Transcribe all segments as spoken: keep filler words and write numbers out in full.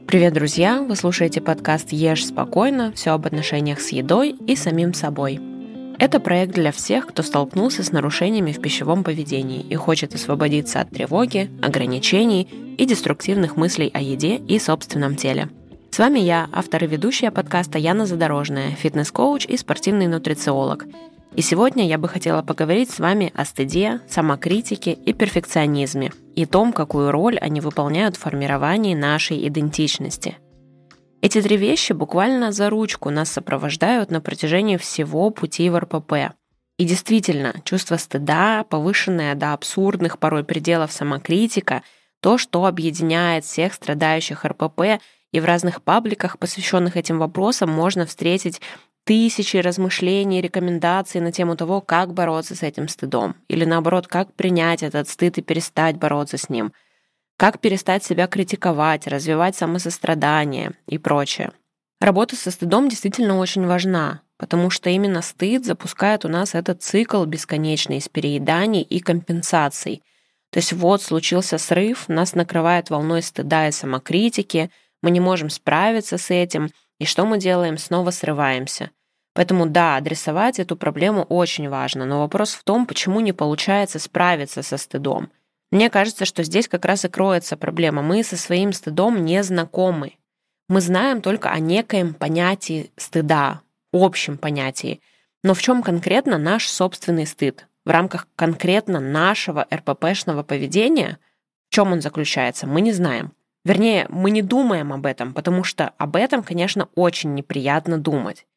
Привет, друзья! Вы слушаете подкаст «Ешь спокойно. Все об отношениях с едой и самим собой». Это проект для всех, кто столкнулся с нарушениями в пищевом поведении и хочет освободиться от тревоги, ограничений и деструктивных мыслей о еде и собственном теле. С вами я, автор и ведущая подкаста Яна Задорожная, фитнес-коуч и спортивный нутрициолог. И сегодня я бы хотела поговорить с вами о стыде, самокритике и перфекционизме, и том, какую роль они выполняют в формировании нашей идентичности. Эти три вещи буквально за ручку нас сопровождают на протяжении всего пути в эр пэ пэ. И действительно, чувство стыда, повышенное до абсурдных порой пределов самокритика, то, что объединяет всех страдающих эр пэ пэ, и в разных пабликах, посвященных этим вопросам, можно встретить тысячи размышлений, рекомендаций на тему того, как бороться с этим стыдом, или наоборот, как принять этот стыд и перестать бороться с ним, как перестать себя критиковать, развивать самосострадание и прочее. Работа со стыдом действительно очень важна, потому что именно стыд запускает у нас этот цикл бесконечный из перееданий и компенсаций. То есть вот случился срыв, нас накрывает волной стыда и самокритики, мы не можем справиться с этим, и что мы делаем? Снова срываемся. Поэтому да, адресовать эту проблему очень важно, но вопрос в том, почему не получается справиться со стыдом. Мне кажется, что здесь как раз и кроется проблема. Мы со своим стыдом не знакомы. Мы знаем только о некоем понятии стыда, общем понятии. Но в чем конкретно наш собственный стыд? В рамках конкретно нашего эр пэ пэ-шного поведения, в чем он заключается, мы не знаем. Вернее, мы не думаем об этом, потому что об этом, конечно, очень неприятно думать.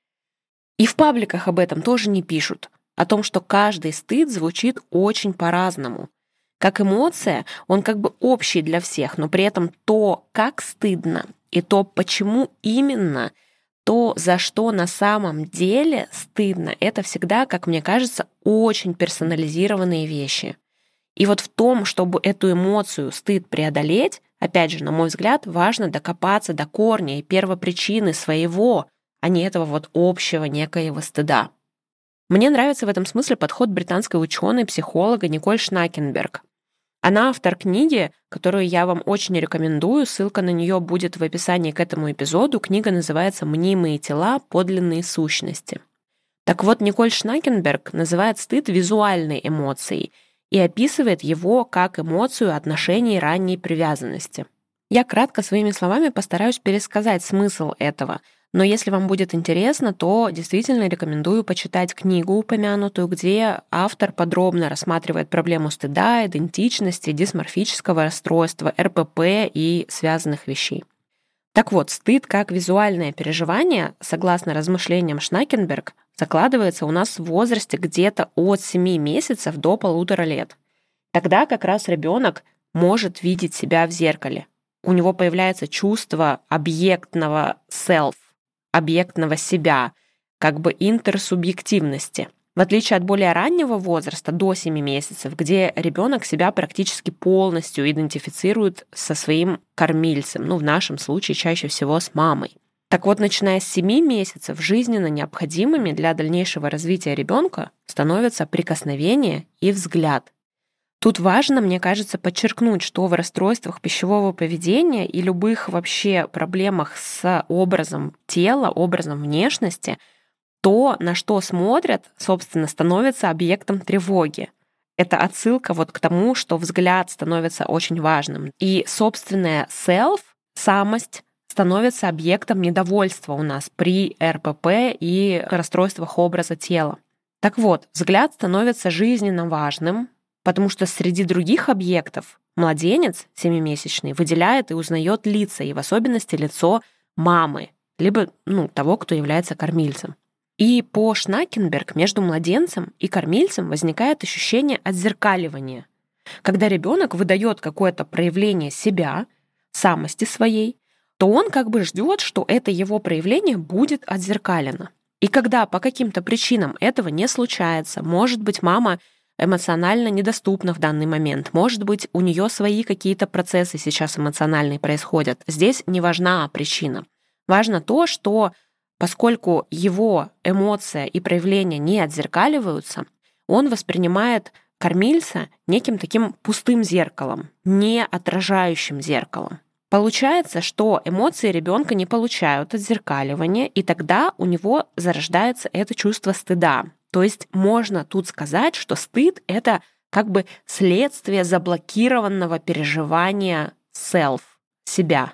И в пабликах об этом тоже не пишут, о том, что каждый стыд звучит очень по-разному. Как эмоция, он как бы общий для всех, но при этом то, как стыдно, и то, почему именно, то, за что на самом деле стыдно, это всегда, как мне кажется, очень персонализированные вещи. И вот в том, чтобы эту эмоцию, стыд преодолеть, опять же, на мой взгляд, важно докопаться до корня и первопричины своего, а не этого вот общего некоего стыда. Мне нравится в этом смысле подход британской ученой-психолога Николь Шнакенберг. Она автор книги, которую я вам очень рекомендую, ссылка на нее будет в описании к этому эпизоду. Книга называется «Мнимые тела. Подлинные сущности». Так вот, Николь Шнакенберг называет стыд визуальной эмоцией и описывает его как эмоцию отношений ранней привязанности. Я кратко своими словами постараюсь пересказать смысл этого, но если вам будет интересно, то действительно рекомендую почитать книгу упомянутую, где автор подробно рассматривает проблему стыда, идентичности, дисморфического расстройства, эр пэ пэ и связанных вещей. Так вот, стыд как визуальное переживание, согласно размышлениям Шнакенберг, закладывается у нас в возрасте где-то от семи месяцев до полутора лет. Тогда как раз ребенок может видеть себя в зеркале. У него появляется чувство объектного self, объектного себя, как бы интерсубъективности. В отличие от более раннего возраста, до семи месяцев, где ребенок себя практически полностью идентифицирует со своим кормильцем, ну, в нашем случае чаще всего с мамой. Так вот, начиная с семи месяцев, жизненно необходимыми для дальнейшего развития ребенка становятся прикосновение и взгляд. Тут важно, мне кажется, подчеркнуть, что в расстройствах пищевого поведения и любых вообще проблемах с образом тела, образом внешности, то, на что смотрят, собственно, становится объектом тревоги. Это отсылка вот к тому, что взгляд становится очень важным. И собственная self, самость, становится объектом недовольства у нас при эр пэ пэ и расстройствах образа тела. Так вот, взгляд становится жизненно важным, потому что среди других объектов младенец семимесячный выделяет и узнает лица, и в особенности лицо мамы, либо ну, того, кто является кормильцем. И по Шнакенберг между младенцем и кормильцем возникает ощущение отзеркаливания, когда ребенок выдает какое-то проявление себя, самости своей, то он как бы ждет, что это его проявление будет отзеркалено. И когда по каким-то причинам этого не случается, может быть, мама эмоционально недоступна в данный момент, может быть, у нее свои какие-то процессы сейчас эмоциональные происходят. Здесь не важна причина. Важно то, что поскольку его эмоция и проявления не отзеркаливаются, он воспринимает кормильца неким таким пустым зеркалом, не отражающим зеркалом. Получается, что эмоции ребенка не получают отзеркаливания, и тогда у него зарождается это чувство стыда. То есть можно тут сказать, что стыд — это как бы следствие заблокированного переживания self, себя.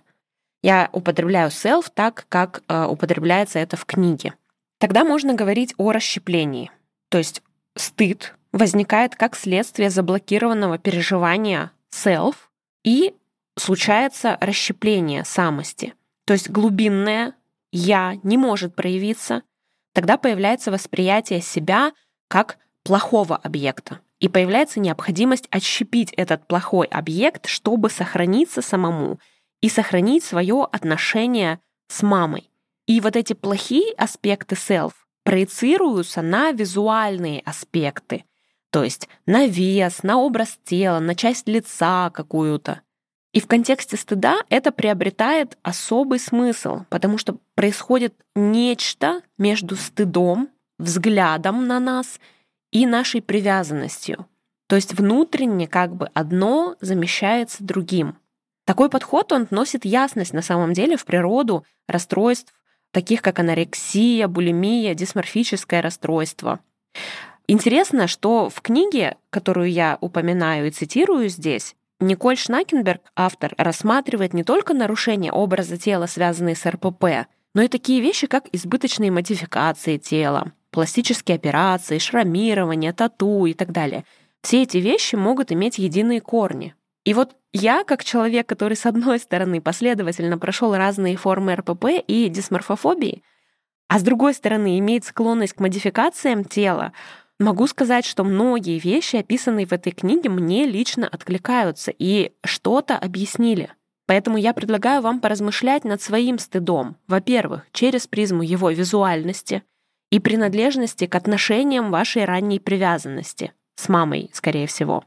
Я употребляю self так, как э, употребляется это в книге. Тогда можно говорить о расщеплении. То есть стыд возникает как следствие заблокированного переживания self, и случается расщепление самости. То есть глубинное «я» не может проявиться. Тогда появляется восприятие себя как плохого объекта. И появляется необходимость отщепить этот плохой объект, чтобы сохраниться самому и сохранить свое отношение с мамой. И вот эти плохие аспекты self проецируются на визуальные аспекты, то есть на вес, на образ тела, на часть лица какую-то. И в контексте стыда это приобретает особый смысл, потому что происходит нечто между стыдом, взглядом на нас и нашей привязанностью. То есть внутренне как бы одно замещается другим. Такой подход, он вносит ясность на самом деле в природу расстройств, таких как анорексия, булимия, дисморфическое расстройство. Интересно, что в книге, которую я упоминаю и цитирую здесь, Николь Шнакенберг, автор, рассматривает не только нарушения образа тела, связанные с эр пэ пэ, но и такие вещи, как избыточные модификации тела, пластические операции, шрамирование, тату и так далее. Все эти вещи могут иметь единые корни. И вот я, как человек, который, с одной стороны, последовательно прошел разные формы эр пэ пэ и дисморфофобии, а с другой стороны, имеет склонность к модификациям тела, могу сказать, что многие вещи, описанные в этой книге, мне лично откликаются и что-то объяснили. Поэтому я предлагаю вам поразмышлять над своим стыдом. Во-первых, через призму его визуальности и принадлежности к отношениям вашей ранней привязанности с мамой, скорее всего.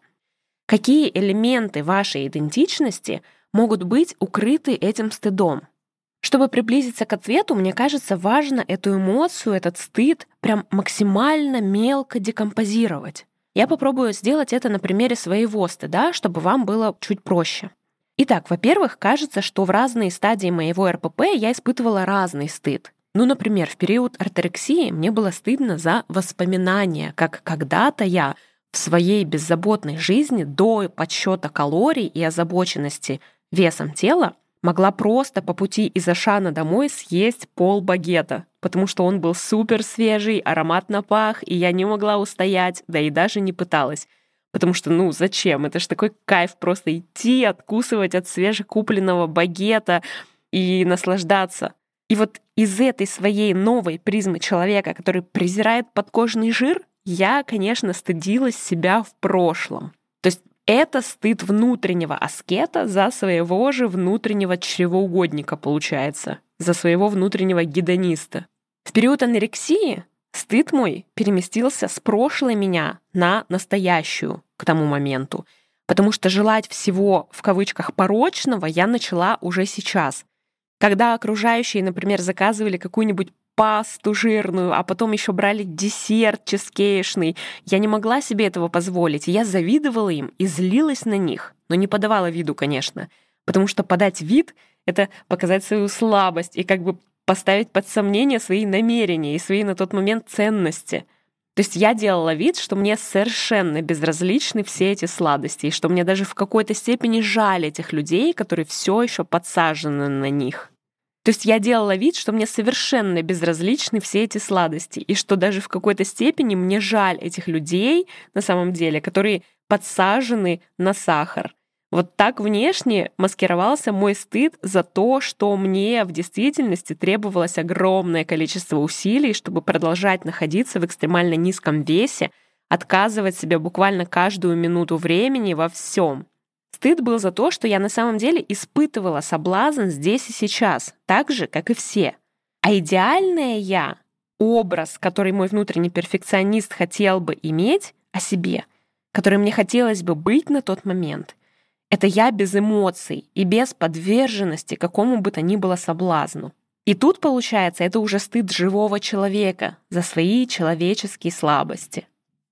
Какие элементы вашей идентичности могут быть укрыты этим стыдом? Чтобы приблизиться к ответу, мне кажется, важно эту эмоцию, этот стыд прям максимально мелко декомпозировать. Я попробую сделать это на примере своего стыда, чтобы вам было чуть проще. Итак, во-первых, кажется, что в разные стадии моего эр пэ пэ я испытывала разный стыд. Ну, например, в период орторексии мне было стыдно за воспоминания, как когда-то я в своей беззаботной жизни до подсчета калорий и озабоченности весом тела могла просто по пути из Ашана домой съесть полбагета, потому что он был супер свежий, ароматно пах, и я не могла устоять, да и даже не пыталась. Потому что, ну, зачем? Это ж такой кайф просто идти, откусывать от свежекупленного багета и наслаждаться. И вот из этой своей новой призмы человека, который презирает подкожный жир, я, конечно, стыдилась себя в прошлом. То есть это стыд внутреннего аскета за своего же внутреннего чревоугодника, получается, за своего внутреннего гедониста. В период анорексии стыд мой переместился с прошлой меня на настоящую к тому моменту, потому что желать всего, в кавычках, порочного я начала уже сейчас. Когда окружающие, например, заказывали какую-нибудь пасту жирную, а потом еще брали десерт чизкейшный. Я не могла себе этого позволить. Я завидовала им и злилась на них, но не подавала виду, конечно, потому что подать вид — это показать свою слабость и как бы поставить под сомнение свои намерения и свои на тот момент ценности. То есть я делала вид, что мне совершенно безразличны все эти сладости, и что мне даже в какой-то степени жаль этих людей, которые все еще подсажены на них. То есть я делала вид, что мне совершенно безразличны все эти сладости, и что даже в какой-то степени мне жаль этих людей, на самом деле, которые подсажены на сахар. Вот так внешне маскировался мой стыд за то, что мне в действительности требовалось огромное количество усилий, чтобы продолжать находиться в экстремально низком весе, отказывать себе буквально каждую минуту времени во всем. Стыд был за то, что я на самом деле испытывала соблазн здесь и сейчас, так же, как и все. А идеальное я, образ, который мой внутренний перфекционист хотел бы иметь о себе, который мне хотелось бы быть на тот момент, это я без эмоций и без подверженности какому бы то ни было соблазну. И тут, получается, это уже стыд живого человека за свои человеческие слабости.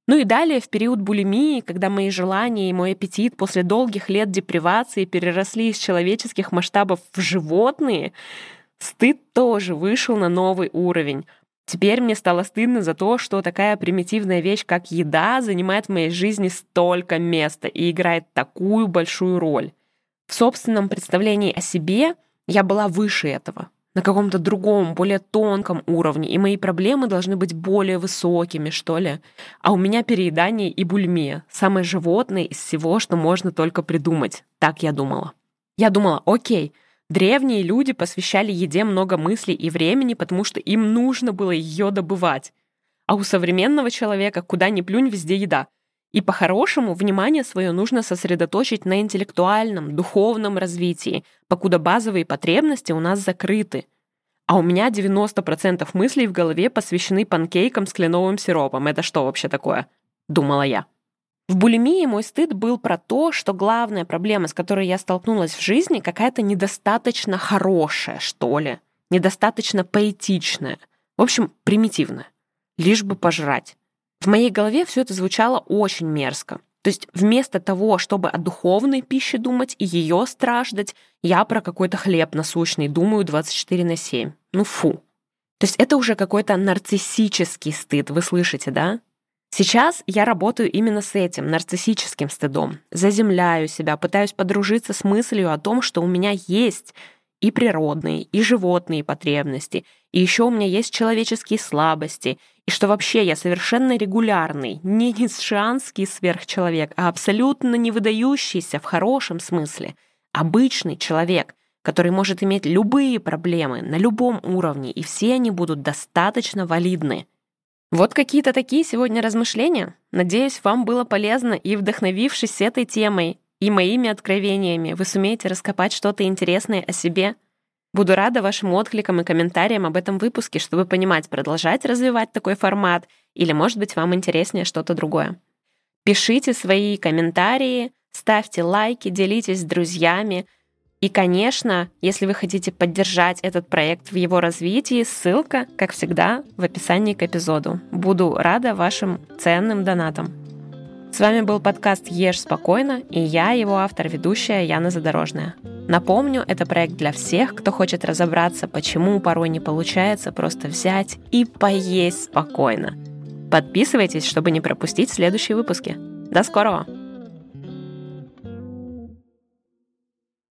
Ну и далее, в период булимии, когда мои желания и мой аппетит после долгих лет депривации переросли из человеческих масштабов в животные, стыд тоже вышел на новый уровень. Теперь мне стало стыдно за то, что такая примитивная вещь, как еда, занимает в моей жизни столько места и играет такую большую роль. В собственном представлении о себе я была выше этого, на каком-то другом, более тонком уровне, и мои проблемы должны быть более высокими, что ли. А у меня переедание и бульмия, самое животное из всего, что можно только придумать. Так я думала. Я думала, окей, древние люди посвящали еде много мыслей и времени, потому что им нужно было ее добывать. А у современного человека куда ни плюнь, везде еда. И по-хорошему внимание свое нужно сосредоточить на интеллектуальном, духовном развитии, покуда базовые потребности у нас закрыты. А у меня девяносто процентов мыслей в голове посвящены панкейкам с кленовым сиропом. Это что вообще такое? Думала я. В булимии мой стыд был про то, что главная проблема, с которой я столкнулась в жизни, какая-то недостаточно хорошая, что ли, недостаточно поэтичная, в общем, примитивная, лишь бы пожрать. В моей голове все это звучало очень мерзко. То есть вместо того, чтобы о духовной пище думать и ее страждать, я про какой-то хлеб насущный думаю двадцать четыре на семь. Ну фу. То есть это уже какой-то нарциссический стыд, вы слышите, да? Сейчас я работаю именно с этим, нарциссическим стыдом. Заземляю себя, пытаюсь подружиться с мыслью о том, что у меня есть и природные, и животные потребности, и еще у меня есть человеческие слабости, и что вообще я совершенно регулярный, не ницшеанский сверхчеловек, а абсолютно не выдающийся в хорошем смысле, обычный человек, который может иметь любые проблемы на любом уровне, и все они будут достаточно валидны. Вот какие-то такие сегодня размышления. Надеюсь, вам было полезно, и, вдохновившись этой темой и моими откровениями, вы сумеете раскопать что-то интересное о себе. Буду рада вашим откликам и комментариям об этом выпуске, чтобы понимать, продолжать развивать такой формат или, может быть, вам интереснее что-то другое. Пишите свои комментарии, ставьте лайки, делитесь с друзьями. И, конечно, если вы хотите поддержать этот проект в его развитии, ссылка, как всегда, в описании к эпизоду. Буду рада вашим ценным донатам. С вами был подкаст «Ешь спокойно», и я, его автор-ведущая Яна Задорожная. Напомню, это проект для всех, кто хочет разобраться, почему порой не получается просто взять и поесть спокойно. Подписывайтесь, чтобы не пропустить следующие выпуски. До скорого!